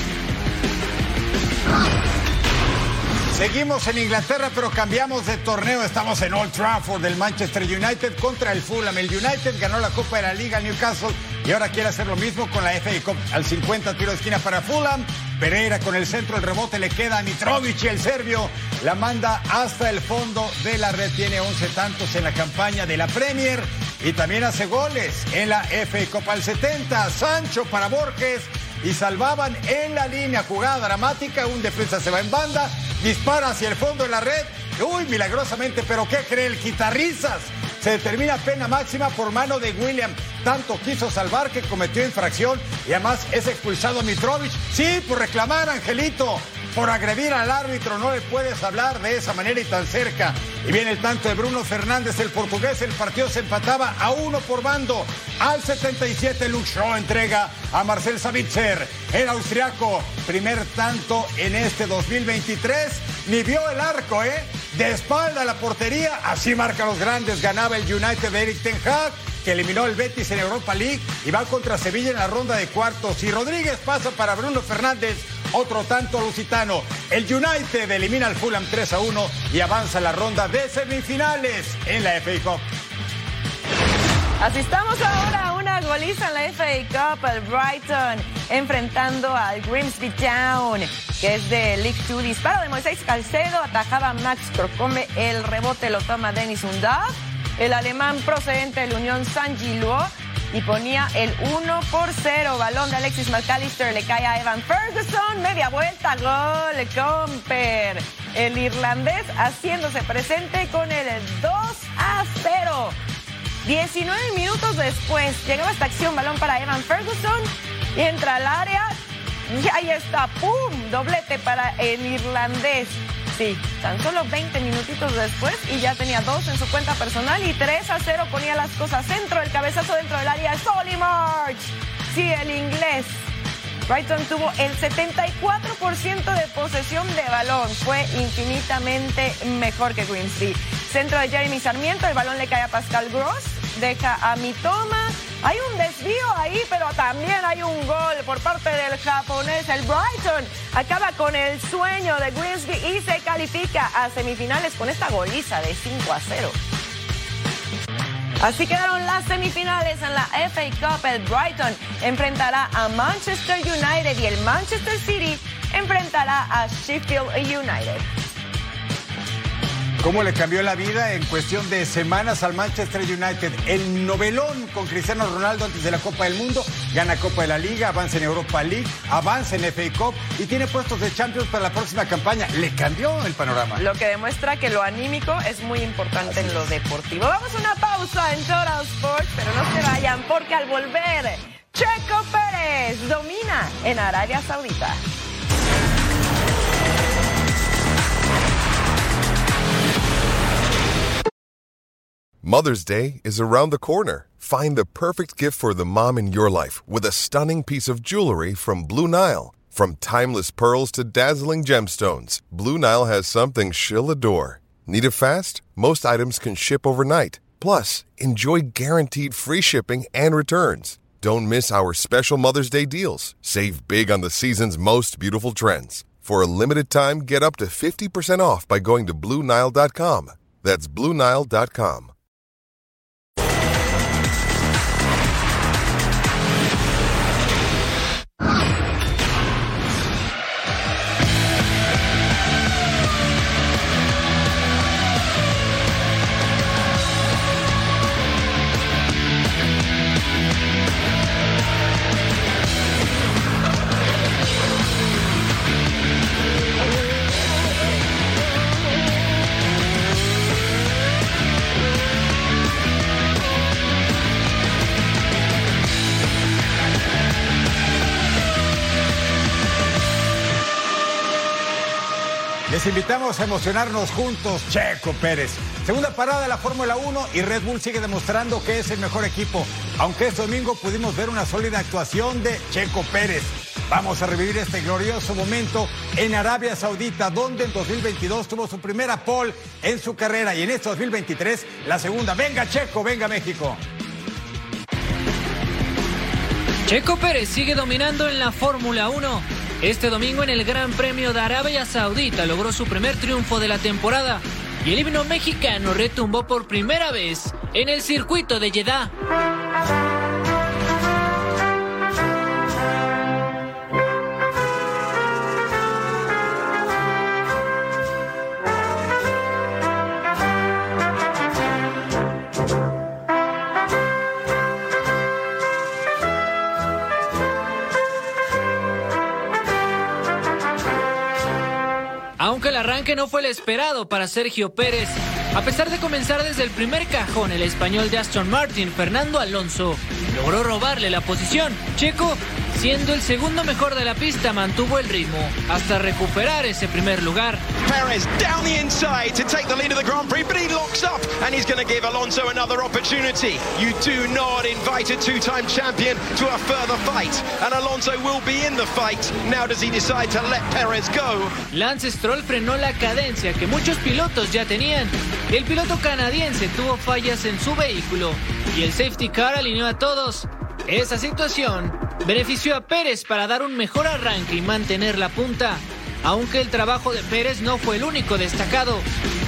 Seguimos en Inglaterra, pero cambiamos de torneo. Estamos en Old Trafford del Manchester United contra el Fulham. El United ganó la Copa de la Liga al Newcastle y ahora quiere hacer lo mismo con la F A Cup. Al cincuenta, tiro de esquina para Fulham. Pereira con el centro, el rebote le queda a Mitrovic, y el serbio la manda hasta el fondo de la red. Tiene once tantos en la campaña de la Premier y también hace goles en la F A Cup. Al setenta, Sancho para Borges y salvaban en la línea. Jugada dramática, un defensa se va en banda, dispara hacia el fondo de la red. Uy, milagrosamente, pero ¿qué cree el Guitarrizas? Se determina pena máxima por mano de William. Tanto quiso salvar que cometió infracción y además es expulsado Mitrovic. Sí, por reclamar, Angelito, por agredir al árbitro. No le puedes hablar de esa manera y tan cerca. Y viene el tanto de Bruno Fernández, el portugués. El partido se empataba a uno por bando. Al setenta y siete, Luke Shaw entrega a Marcel Sabitzer, el austriaco. Primer tanto en este dos mil veintitrés. Ni vio el arco, ¿eh? De espalda a la portería. Así marca los grandes. Ganaba el United de Erik ten Hag, que eliminó el Betis en Europa League y va contra Sevilla en la ronda de cuartos. Y Rodríguez pasa para Bruno Fernández, otro tanto lusitano. El United elimina al Fulham tres a uno y avanza a la ronda de semifinales en la F A Cup. Asistamos ahora a una goliza en la F A Cup, el Brighton enfrentando al Grimsby Town, que es de League dos. Disparo de Moisés Caicedo, atajaba Max Crocombe, el rebote lo toma Dennis Undav, el alemán procedente del Unión Saint-Gilloise, y ponía el uno por cero. Balón de Alexis McAllister, le cae a Evan Ferguson, media vuelta, gol, Comper. El irlandés haciéndose presente con el dos a cero. diecinueve minutos después, llegaba esta acción, balón para Evan Ferguson, y entra al área, y ahí está, ¡pum! Doblete para el irlandés. Sí, tan solo veinte minutitos después y ya tenía dos en su cuenta personal y tres a cero ponía las cosas centro, el cabezazo dentro del área, Solly March. Sí, el inglés. Brighton tuvo el setenta y cuatro por ciento de posesión de balón, fue infinitamente mejor que Grimsby. Centro de Jeremy Sarmiento, el balón le cae a Pascal Gross, deja a Mitoma. Hay un desvío ahí, pero también hay un gol por parte del japonés. El Brighton acaba con el sueño de Grimsby y se califica a semifinales con esta goliza de cinco a cero. Así quedaron las semifinales en la F A Cup. El Brighton enfrentará a Manchester United y el Manchester City enfrentará a Sheffield United. ¿Cómo le cambió la vida en cuestión de semanas al Manchester United? El novelón con Cristiano Ronaldo antes de la Copa del Mundo, gana Copa de la Liga, avanza en Europa League, avanza en F A Cup y tiene puestos de Champions para la próxima campaña. Le cambió el panorama. Lo que demuestra que lo anímico es muy importante en lo deportivo. Vamos a una pausa en Total Sports, pero no se vayan porque al volver, Checo Pérez domina en Arabia Saudita. Mother's Day is around the corner. Find the perfect gift for the mom in your life with a stunning piece of jewelry from Blue Nile. From timeless pearls to dazzling gemstones, Blue Nile has something she'll adore. Need it fast? Most items can ship overnight. Plus, enjoy guaranteed free shipping and returns. Don't miss our special Mother's Day deals. Save big on the season's most beautiful trends. For a limited time, get up to fifty percent off by going to Blue Nile dot com. That's Blue Nile dot com. Les invitamos a emocionarnos juntos, Checo Pérez. Segunda parada de la Fórmula uno y Red Bull sigue demostrando que es el mejor equipo. Aunque este domingo pudimos ver una sólida actuación de Checo Pérez. Vamos a revivir este glorioso momento en Arabia Saudita, donde en dos mil veintidós tuvo su primera pole en su carrera y en este dos mil veintitrés la segunda. Venga Checo, venga México. Checo Pérez sigue dominando en la Fórmula uno. Este domingo en el Gran Premio de Arabia Saudita logró su primer triunfo de la temporada y el himno mexicano retumbó por primera vez en el circuito de Jeddah. Aunque el arranque no fue el esperado para Sergio Pérez, a pesar de comenzar desde el primer cajón, el español de Aston Martin, Fernando Alonso, logró robarle la posición. Checo, siendo el segundo mejor de la pista, mantuvo el ritmo hasta recuperar ese primer lugar. Perez down the inside to take the lead of the Grand Prix, but he locks up and he's going to give Alonso another opportunity. You do not invite a two-time champion to a further fight, and Alonso will be in the fight. Now does he decide to let Perez go? Lance Stroll frenó la cadencia que muchos pilotos ya tenían. El piloto canadiense tuvo fallas en su vehículo y el safety car alineó a todos. Esa situación benefició a Pérez para dar un mejor arranque y mantener la punta, aunque el trabajo de Pérez no fue el único destacado.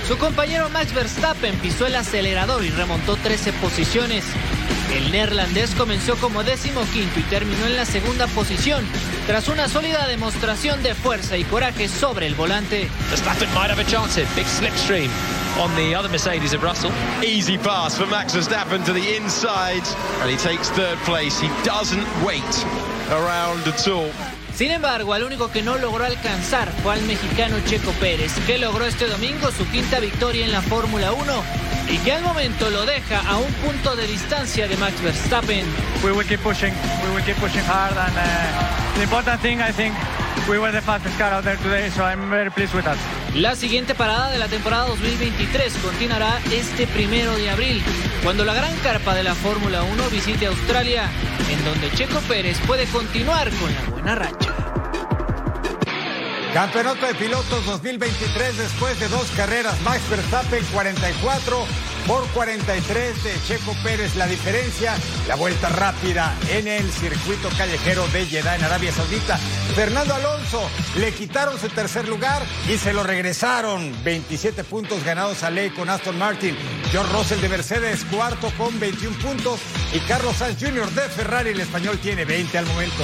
Su compañero Max Verstappen pisó el acelerador y remontó trece posiciones. El neerlandés comenzó como decimoquinto y terminó en la segunda posición, tras una sólida demostración de fuerza y coraje sobre el volante. Verstappen might have a chance here. Big slipstream on the other Mercedes of Russell. Easy pass for Max Verstappen to the inside, and he takes third place. He doesn't wait around at all. Sin embargo, al único que no logró alcanzar fue al mexicano Checo Pérez, que logró este domingo su quinta victoria en la Fórmula uno y que al momento lo deja a un punto de distancia de Max Verstappen. We will keep pushing, we will keep pushing hard, and uh, the important thing, I think, we were the fastest car out there today, so I'm very pleased with that. La siguiente parada de la temporada dos mil veintitrés continuará este primero de abril, cuando la gran carpa de la Fórmula uno visite Australia, en donde Checo Pérez puede continuar con la buena racha. Campeonato de Pilotos dos mil veintitrés después de dos carreras. Max Verstappen cuarenta y cuatro por cuarenta y tres de Checo Pérez. La diferencia, la vuelta rápida en el circuito callejero de Jeddah en Arabia Saudita. Fernando Alonso le quitaron su tercer lugar y se lo regresaron. veintisiete puntos ganados a ley con Aston Martin. George Russell de Mercedes cuarto con veintiún puntos y Carlos Sainz junior de Ferrari, el español, tiene veinte al momento.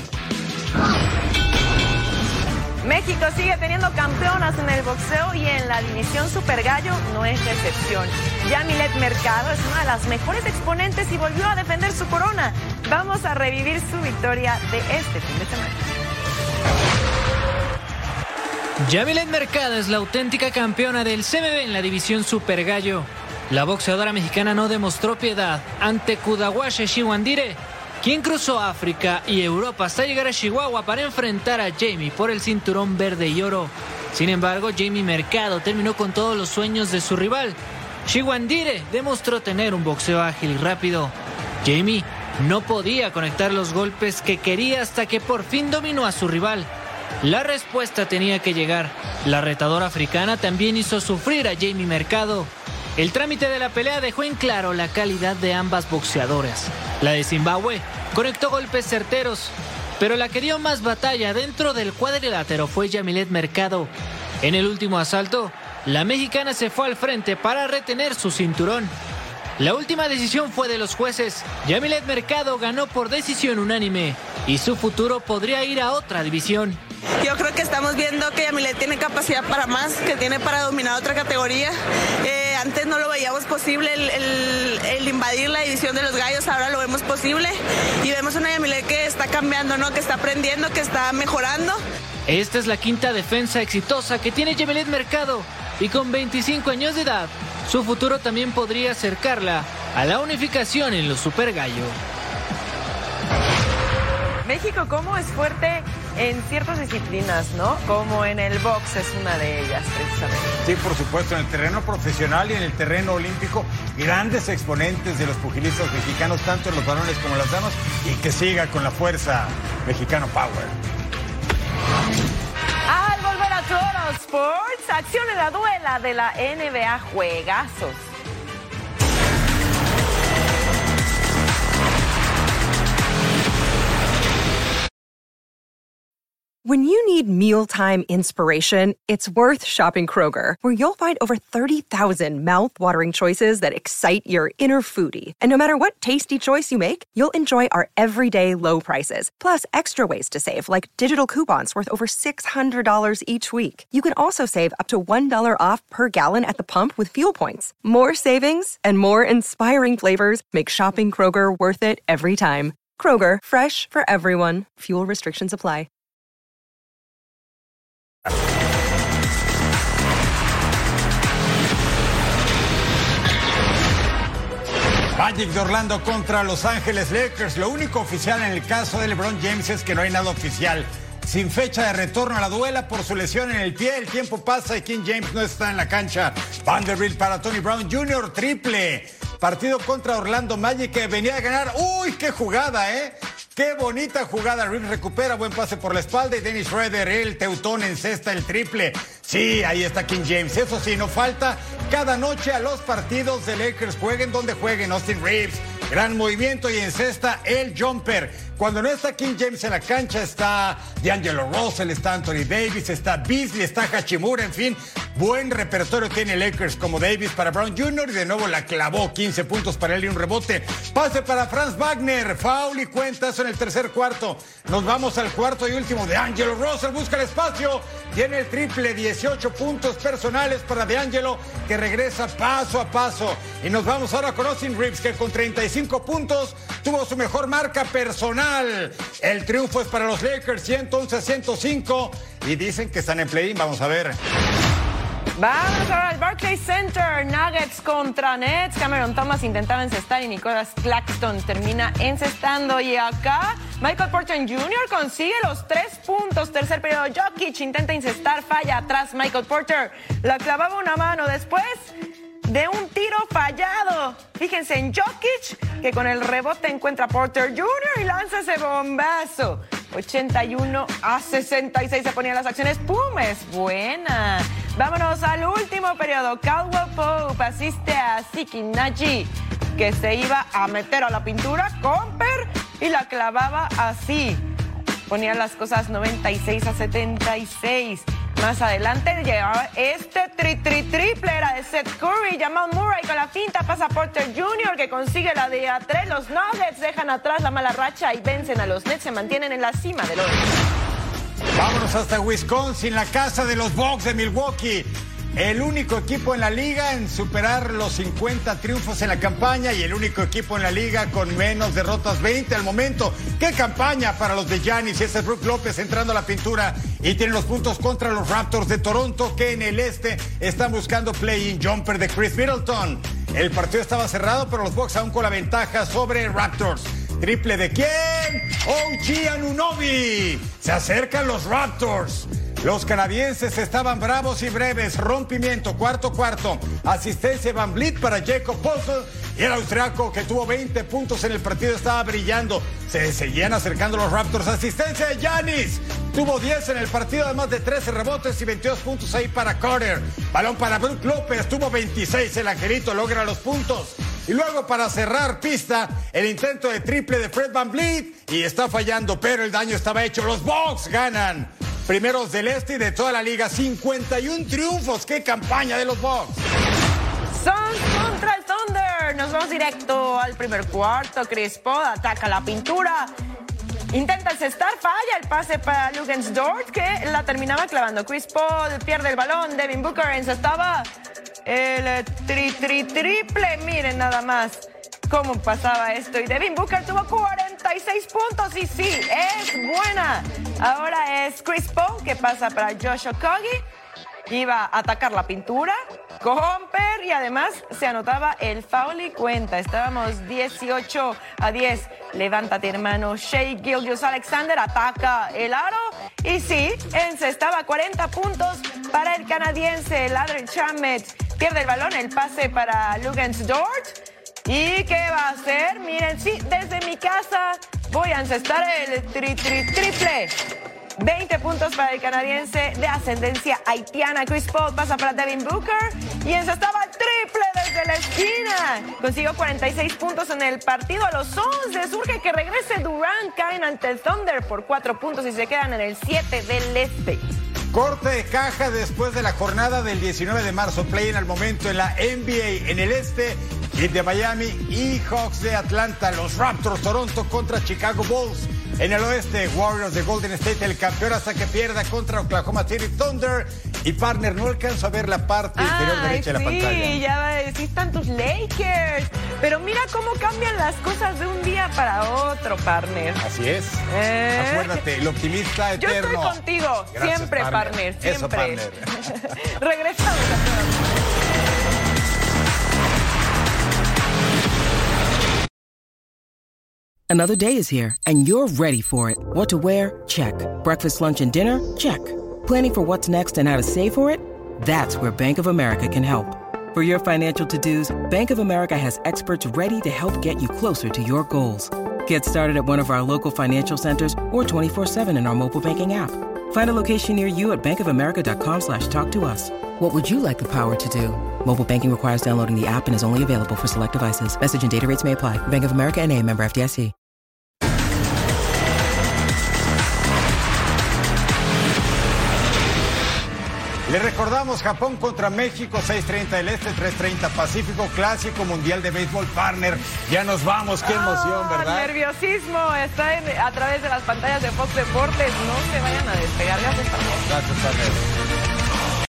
México sigue teniendo campeonas en el boxeo y en la división Super Gallo no es la excepción. Yamilet Mercado es una de las mejores exponentes y volvió a defender su corona. Vamos a revivir su victoria de este fin de semana. Yamilet Mercado es la auténtica campeona del C M B en la división Super Gallo. La boxeadora mexicana no demostró piedad ante Kudawashe Shiwandire, quien cruzó África y Europa hasta llegar a Chihuahua para enfrentar a Jamie por el cinturón verde y oro. Sin embargo, Jamie Mercado terminó con todos los sueños de su rival. Shiwandire demostró tener un boxeo ágil y rápido. Jamie no podía conectar los golpes que quería hasta que por fin dominó a su rival. La respuesta tenía que llegar. La retadora africana también hizo sufrir a Jamie Mercado. El trámite de la pelea dejó en claro la calidad de ambas boxeadoras. La de Zimbabue conectó golpes certeros, pero la que dio más batalla dentro del cuadrilátero fue Yamilet Mercado. En el último asalto, la mexicana se fue al frente para retener su cinturón. La última decisión fue de los jueces. Yamilet Mercado ganó por decisión unánime y su futuro podría ir a otra división. Yo creo que estamos viendo que Yamilet tiene capacidad para más, que tiene para dominar otra categoría. Eh, antes no lo veíamos posible el, el, el invadir la división de los gallos, ahora lo vemos posible y vemos una Yamilet que está cambiando, ¿no? Que está aprendiendo, que está mejorando. Esta es la quinta defensa exitosa que tiene Yamilet Mercado y con veinticinco años de edad, su futuro también podría acercarla a la unificación en los Super Gallo. México, ¿cómo es fuerte en ciertas disciplinas, no? Como en el box es una de ellas, precisamente. Sí, por supuesto, en el terreno profesional y en el terreno olímpico, grandes exponentes de los pugilistas mexicanos, tanto en los varones como en las damas, y que siga con la fuerza Mexicano Power. Al volver a Toro Sports, acción en la duela de la N B A, juegazos. When you need mealtime inspiration, it's worth shopping Kroger, where you'll find over thirty thousand mouth-watering choices that excite your inner foodie. And no matter what tasty choice you make, you'll enjoy our everyday low prices, plus extra ways to save, like digital coupons worth over six hundred dollars each week. You can also save up to one dollar off per gallon at the pump with fuel points. More savings and more inspiring flavors make shopping Kroger worth it every time. Kroger, fresh for everyone. Fuel restrictions apply. Magic de Orlando contra Los Ángeles Lakers. Lo único oficial en el caso de LeBron James es que no hay nada oficial. Sin fecha de retorno a la duela por su lesión en el pie. El tiempo pasa y King James no está en la cancha. Vanderbilt para Tony Brown junior Triple. Partido contra Orlando Magic que venía a ganar. ¡Uy, qué jugada, eh! ¡Qué bonita jugada! Reeves recupera, buen pase por la espalda y Dennis Schroeder, el teutón, encesta el triple. Sí, ahí está King James. Eso sí, no falta cada noche a los partidos de Lakers. Jueguen donde jueguen. Austin Reeves, gran movimiento y encesta el jumper. Cuando no está King James en la cancha, está D'Angelo Russell, está Anthony Davis, está Beasley, está Hachimura, en fin. Buen repertorio tiene Lakers como Davis para Brown junior y de nuevo la clavó, quince puntos para él y un rebote. Pase para Franz Wagner, foul y cuenta eso en el tercer cuarto. Nos vamos al cuarto y último. D'Angelo Russell busca el espacio, tiene el triple, dieciocho puntos personales para D'Angelo, que regresa paso a paso. Y nos vamos ahora con Austin Reeves, que con treinta y cinco puntos tuvo su mejor marca personal. El triunfo es para los Lakers, ciento once a ciento cinco, y dicen que están en play-in. Vamos a ver. Vamos ahora al Barclays Center. Nuggets contra Nets. Cameron Thomas intentaba encestar y Nicholas Claxton termina encestando. Y acá Michael Porter junior consigue los tres puntos. Tercer periodo, Jokic intenta incestar, falla atrás Michael Porter. La clavaba una mano después de un tiro fallado. Fíjense en Jokic, que con el rebote encuentra a Porter junior y lanza ese bombazo. ochenta y uno a sesenta y seis se ponían las acciones. ¡Pum! Es buena. Vámonos al último periodo. Caldwell Pope asiste a Siki Naji, que se iba a meter a la pintura. Comper y la clavaba así. Ponían las cosas noventa y seis a setenta y seis. Más adelante llegaba este tri, tri, triple, era de Seth Curry. Jamal Murray con la finta pasa a Porter junior, que consigue la de a tres. Los Nuggets dejan atrás la mala racha y vencen a los Nets. Se mantienen en la cima del oeste. Vámonos hasta Wisconsin, la casa de los Bucks de Milwaukee. El único equipo en la liga en superar los cincuenta triunfos en la campaña y el único equipo en la liga con menos derrotas, veinte al momento. ¡Qué campaña para los de Giannis! Y ese es Brook López entrando a la pintura y tiene los puntos contra los Raptors de Toronto, que en el este están buscando play-in. Jumper de Chris Middleton. El partido estaba cerrado, pero los Bucks aún con la ventaja sobre Raptors. ¿Triple de quién? O G Anunoby. Se acercan los Raptors. Los canadienses estaban bravos y breves. Rompimiento, cuarto cuarto. Asistencia Van Vliet para Jacob Poeltl. Y el austriaco, que tuvo veinte puntos en el partido, estaba brillando. Se seguían acercando los Raptors. Asistencia de Giannis. Tuvo diez en el partido, además de trece rebotes y veintidós puntos ahí para Carter. Balón para Brook López. Tuvo veintiséis. El angelito logra los puntos. Y luego, para cerrar pista, el intento de triple de Fred Van Vliet. Y está fallando, pero el daño estaba hecho. Los Bucks ganan. Primeros del este y de toda la liga. cincuenta y uno triunfos. ¡Qué campaña de los Bucks! Suns contra el Thunder. Nos vamos directo al primer cuarto. Chris Paul ataca la pintura. Intenta encestar, falla el pase para Luguentz-Dort, que la terminaba clavando. Chris Paul pierde el balón. Devin Booker encestaba el tri, tri, triple. Miren nada más cómo pasaba esto. Y Devin Booker tuvo cuarenta y seis puntos. Y sí, es buena. Ahora es Chris Paul, que pasa para Josh Okogie. Iba a atacar la pintura. Comper, y además se anotaba el foul y cuenta. Estábamos dieciocho a diez. Levántate, hermano. Shai Gilgeous-Alexander ataca el aro. Y sí, encestaba cuarenta puntos para el canadiense. Landry Shamet pierde el balón. El pase para Luguentz-Dort. ¿Y qué va a hacer? Miren, sí, desde mi casa voy a encestar el tri, tri, triple. veinte puntos para el canadiense de ascendencia haitiana. Chris Paul pasa para Devin Booker y encestaba el triple desde la esquina. Consiguió cuarenta y seis puntos en el partido. A los Suns les surge que regrese Durant. Caen ante el Thunder por cuatro puntos y se quedan en el siete del este. Corte de caja después de la jornada del diecinueve de marzo. Play-in al momento en la N B A en el este. Heat de Miami y Hawks de Atlanta. Los Raptors Toronto contra Chicago Bulls. En el oeste, Warriors de Golden State, el campeón hasta que pierda contra Oklahoma City Thunder. Y partner, no alcanzo a ver la parte inferior Ay, derecha sí, de la pantalla. Sí, ya va a decir, están tus Lakers. Pero mira cómo cambian las cosas de un día para otro, partner. Así es. ¿Eh? Acuérdate, el optimista eterno. Yo estoy contigo. Gracias, siempre, partner. partner. Siempre. Eso, partner. Regresamos a Another day is here, and you're ready for it. What to wear? Check. Breakfast, lunch, and dinner? Check. Planning for what's next and how to save for it? That's where Bank of America can help. For your financial to-dos, Bank of America has experts ready to help get you closer to your goals. Get started at one of our local financial centers or twenty-four seven in our mobile banking app. Find a location near you at bankofamerica.com slash talk to us. What would you like the power to do? Mobile banking requires downloading the app and is only available for select devices. Message and data rates may apply. Bank of America N A, member F D I C. Le recordamos Japón contra México, seis treinta del Este, tres treinta Pacífico, Clásico Mundial de Béisbol, partner. Ya nos vamos, qué emoción, ¿verdad? El nerviosismo está en, a través de las pantallas de Fox Deportes. No se vayan a despegar. Gracias, Gracias, partner.